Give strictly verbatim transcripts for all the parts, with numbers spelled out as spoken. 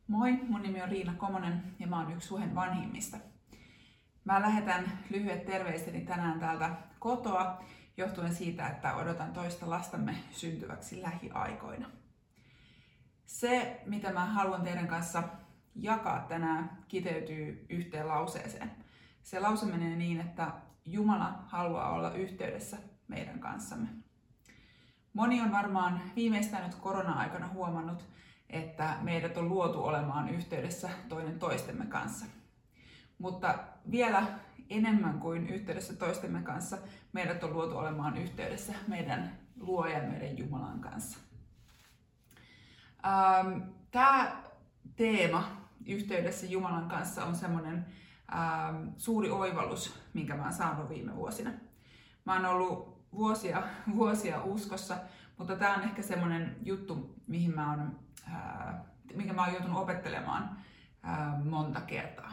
Moi, mun nimi on Riina Komonen ja mä oon yksi Suhen vanhimmista. Mä lähetän lyhyet terveiseni tänään täältä kotoa johtuen siitä, että odotan toista lastamme syntyväksi lähiaikoina. Se, mitä mä haluan teidän kanssa jakaa tänään, kiteytyy yhteen lauseeseen. Se lause menee niin, että Jumala haluaa olla yhteydessä meidän kanssamme. Moni on varmaan viimeistään nyt korona-aikana huomannut, että meidät on luotu olemaan yhteydessä toinen toistemme kanssa. Mutta vielä enemmän kuin yhteydessä toistemme kanssa, meidät on luotu olemaan yhteydessä meidän luojan, meidän Jumalan kanssa. Ähm, Tämä teema yhteydessä Jumalan kanssa on semmoinen ähm, suuri oivallus, minkä mä oon saanut viime vuosina. Mä oon ollut vuosia, vuosia uskossa, mutta tämä on ehkä semmoinen juttu, mihin mä oon, ää, minkä mä oon joutunut opettelemaan ää, monta kertaa.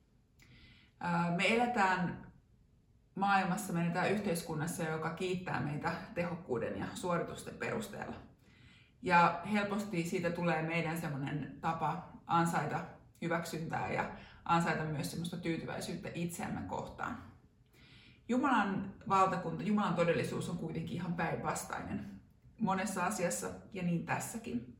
Ää, me eletään maailmassa, me eletään yhteiskunnassa, joka kiittää meitä tehokkuuden ja suoritusten perusteella. Ja helposti siitä tulee meidän semmoinen tapa ansaita hyväksyntää ja ansaita myös semmoista tyytyväisyyttä itseämme kohtaan. Jumalan valtakunta, Jumalan todellisuus on kuitenkin ihan päinvastainen monessa asiassa ja niin tässäkin.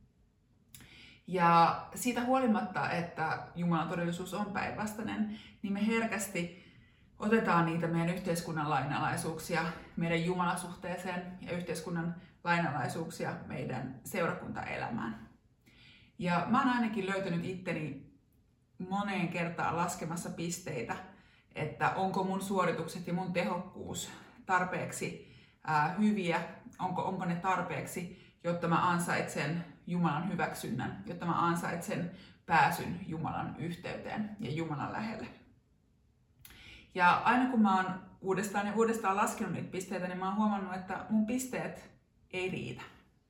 Ja siitä huolimatta, että Jumalan todellisuus on päinvastainen, niin me herkästi otetaan niitä meidän yhteiskunnan lainalaisuuksia meidän Jumalasuhteeseen ja yhteiskunnan lainalaisuuksia meidän seurakuntaelämään. Ja mä oon ainakin löytänyt itteni moneen kertaan laskemassa pisteitä, että onko mun suoritukset ja mun tehokkuus tarpeeksi ää, hyviä, onko, onko ne tarpeeksi, jotta mä ansaitsen Jumalan hyväksynnän, jotta mä ansaitsen pääsyn Jumalan yhteyteen ja Jumalan lähelle. Ja aina kun mä oon uudestaan ja uudestaan laskenut niitä pisteitä, niin mä oon huomannut, että mun pisteet ei riitä.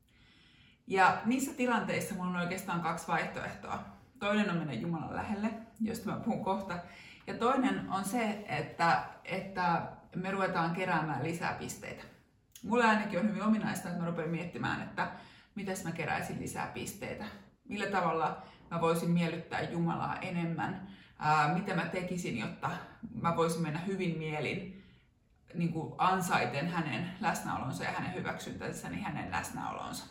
Ja niissä tilanteissa mulla on oikeastaan kaksi vaihtoehtoa. Toinen on mennä Jumalan lähelle, josta mä puhun kohta. Ja toinen on se, että, että me ruvetaan keräämään lisää pisteitä. Mulle ainakin on hyvin ominaista, että mä rupean miettimään, että mitäs mä keräisin lisää pisteitä. Millä tavalla mä voisin miellyttää Jumalaa enemmän. Ää, mitä mä tekisin, jotta mä voisin mennä hyvin mielin niin kuin ansaiten hänen läsnäolonsa ja hänen hyväksyntänsä, niin hänen läsnäolonsa.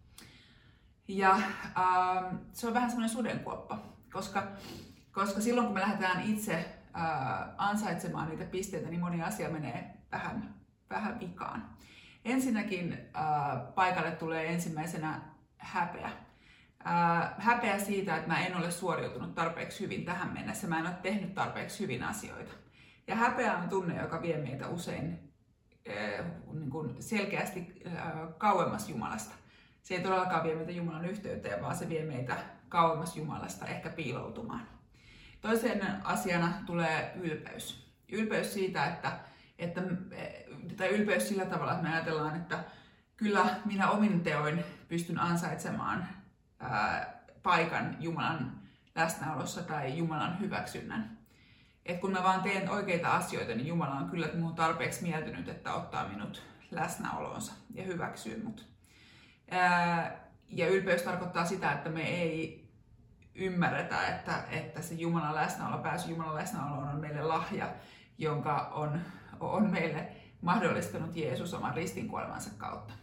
Ja ää, se on vähän semmoinen sudenkuoppa, koska Koska silloin kun me lähdetään itse ää, ansaitsemaan niitä pisteitä, niin moni asia menee vähän, vähän vikaan. Ensinnäkin ää, paikalle tulee ensimmäisenä häpeä. Ää, häpeä siitä, että mä en ole suoriutunut tarpeeksi hyvin tähän mennessä, mä en ole tehnyt tarpeeksi hyvin asioita. Ja häpeä on tunne, joka vie meitä usein ää, niin kuin selkeästi ää, kauemmas Jumalasta. Se ei todellakaan vie meitä Jumalan yhteyteen, vaan se vie meitä kauemmas Jumalasta, ehkä piiloutumaan. Toisena asiana tulee ylpeys. Ylpeys siitä, että, että, tai ylpeys sillä tavalla, että me ajatellaan, että kyllä minä omin teoin pystyn ansaitsemaan ää, paikan Jumalan läsnäolossa tai Jumalan hyväksynnän. Et kun mä vaan teen oikeita asioita, niin Jumala on kyllä minun tarpeeksi mieltynyt, että ottaa minut läsnäolonsa ja hyväksyy mut. Ää, ja ylpeys tarkoittaa sitä, että me ei ymmärretä, että, että se Jumalan läsnäolo, pääsy Jumalan läsnäoloon on meille lahja, jonka on, on meille mahdollistanut Jeesus oman ristinkuolemansa kautta.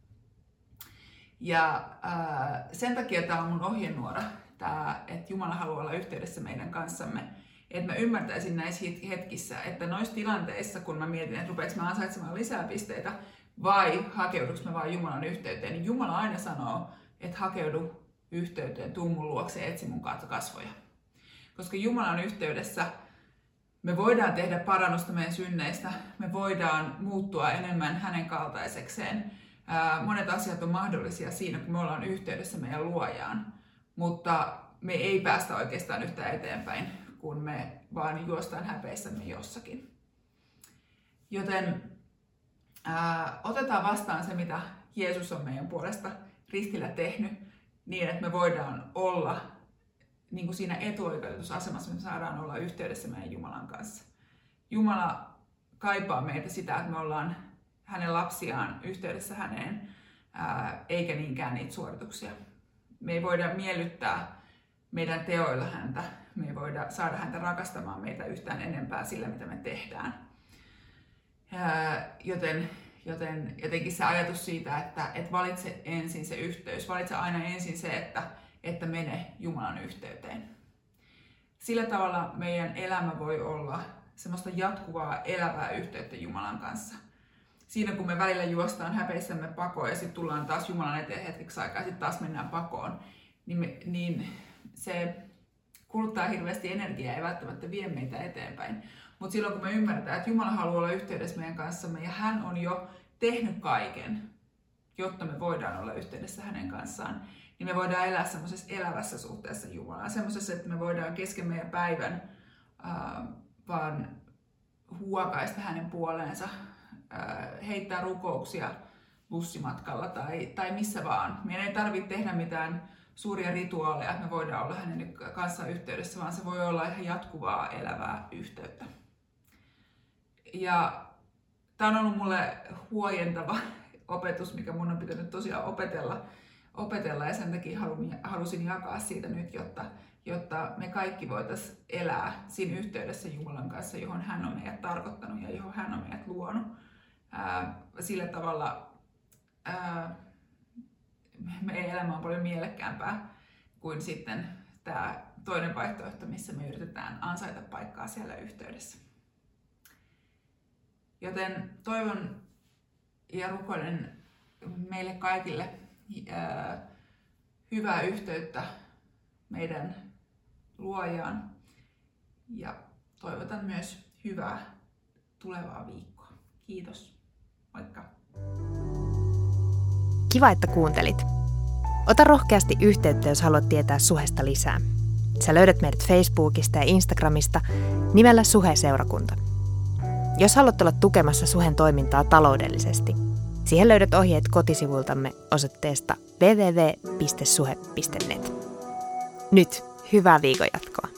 Ja ää, sen takia tämä on mun ohjenuora, tää, että Jumala haluaa olla yhteydessä meidän kanssamme. Että mä ymmärtäisin näissä hetkissä, että noissa tilanteissa, kun mä mietin, että rupeeks mä ansaitsemaan lisää pisteitä, vai hakeuduks mä vaan Jumalan yhteyteen, niin Jumala aina sanoo, että hakeudu yhteyteen, tuu mun luokse, etsi mun kasvoja. Koska Jumalan yhteydessä me voidaan tehdä parannusta meidän synneistä, me voidaan muuttua enemmän hänen kaltaisekseen. Ää, monet asiat on mahdollisia siinä, kun me ollaan yhteydessä meidän luojaan, mutta me ei päästä oikeastaan yhtään eteenpäin, kun me vaan juostaan häpeissämme jossakin. Joten ää, otetaan vastaan se, mitä Jeesus on meidän puolesta ristillä tehnyt, niin että me voidaan olla niin kuin siinä etuoikeutusasemassa, me saadaan olla yhteydessä meidän Jumalan kanssa. Jumala kaipaa meitä sitä, että me ollaan hänen lapsiaan yhteydessä häneen, ää, eikä niinkään niitä suorituksia. Me ei voida miellyttää meidän teoilla häntä. Me ei voida saada häntä rakastamaan meitä yhtään enempää sillä, mitä me tehdään. Joten, joten jotenkin se ajatus siitä, että et valitse ensin se yhteys, valitse aina ensin se, että, että mene Jumalan yhteyteen. Sillä tavalla meidän elämä voi olla semmoista jatkuvaa elävää yhteyttä Jumalan kanssa. Siinä kun me välillä juostaan häpeissämme pakoon ja sitten tullaan taas Jumalan eteen hetkeksi aikaa ja sitten taas mennään pakoon, niin, me, niin se kuluttaa hirveästi energiaa ja välttämättä vie meitä eteenpäin. Mutta silloin kun me ymmärretään, että Jumala haluaa olla yhteydessä meidän kanssamme ja hän on jo tehnyt kaiken, jotta me voidaan olla yhteydessä hänen kanssaan, niin me voidaan elää semmoisessa elävässä suhteessa Jumalaan. Semmoisessa, että me voidaan kesken meidän päivän äh, vaan huokaista hänen puoleensa, äh, heittää rukouksia bussimatkalla tai, tai missä vaan. Meidän ei tarvitse tehdä mitään suuria rituaaleja, että me voidaan olla hänen kanssaan yhteydessä, vaan se voi olla ihan jatkuvaa elävää yhteyttä. Ja tämä on ollut mulle huojentava opetus, mikä mun on pitänyt tosiaan opetella, opetella ja sen takia halusin jakaa siitä nyt, jotta, jotta me kaikki voitaisiin elää siinä yhteydessä Jumalan kanssa, johon hän on meidät tarkoittanut ja johon hän on meidät luonut. Ää, sillä tavalla ää, meidän elämä on paljon mielekkäämpää kuin sitten tämä toinen vaihtoehto, missä me yritetään ansaita paikkaa siellä yhteydessä. Joten toivon ja rukoilen meille kaikille ää, hyvää yhteyttä meidän luojaan ja toivotan myös hyvää tulevaa viikkoa. Kiitos. Moikka! Kiva, että kuuntelit. Ota rohkeasti yhteyttä, jos haluat tietää Suhesta lisää. Sä löydät meidät Facebookista ja Instagramista nimellä Suhe-seurakunta. Jos haluat olla tukemassa Suhen toimintaa taloudellisesti, siihen löydät ohjeet kotisivultamme osoitteesta double-u double-u double-u piste suhe piste net. Nyt hyvää viikon jatkoa!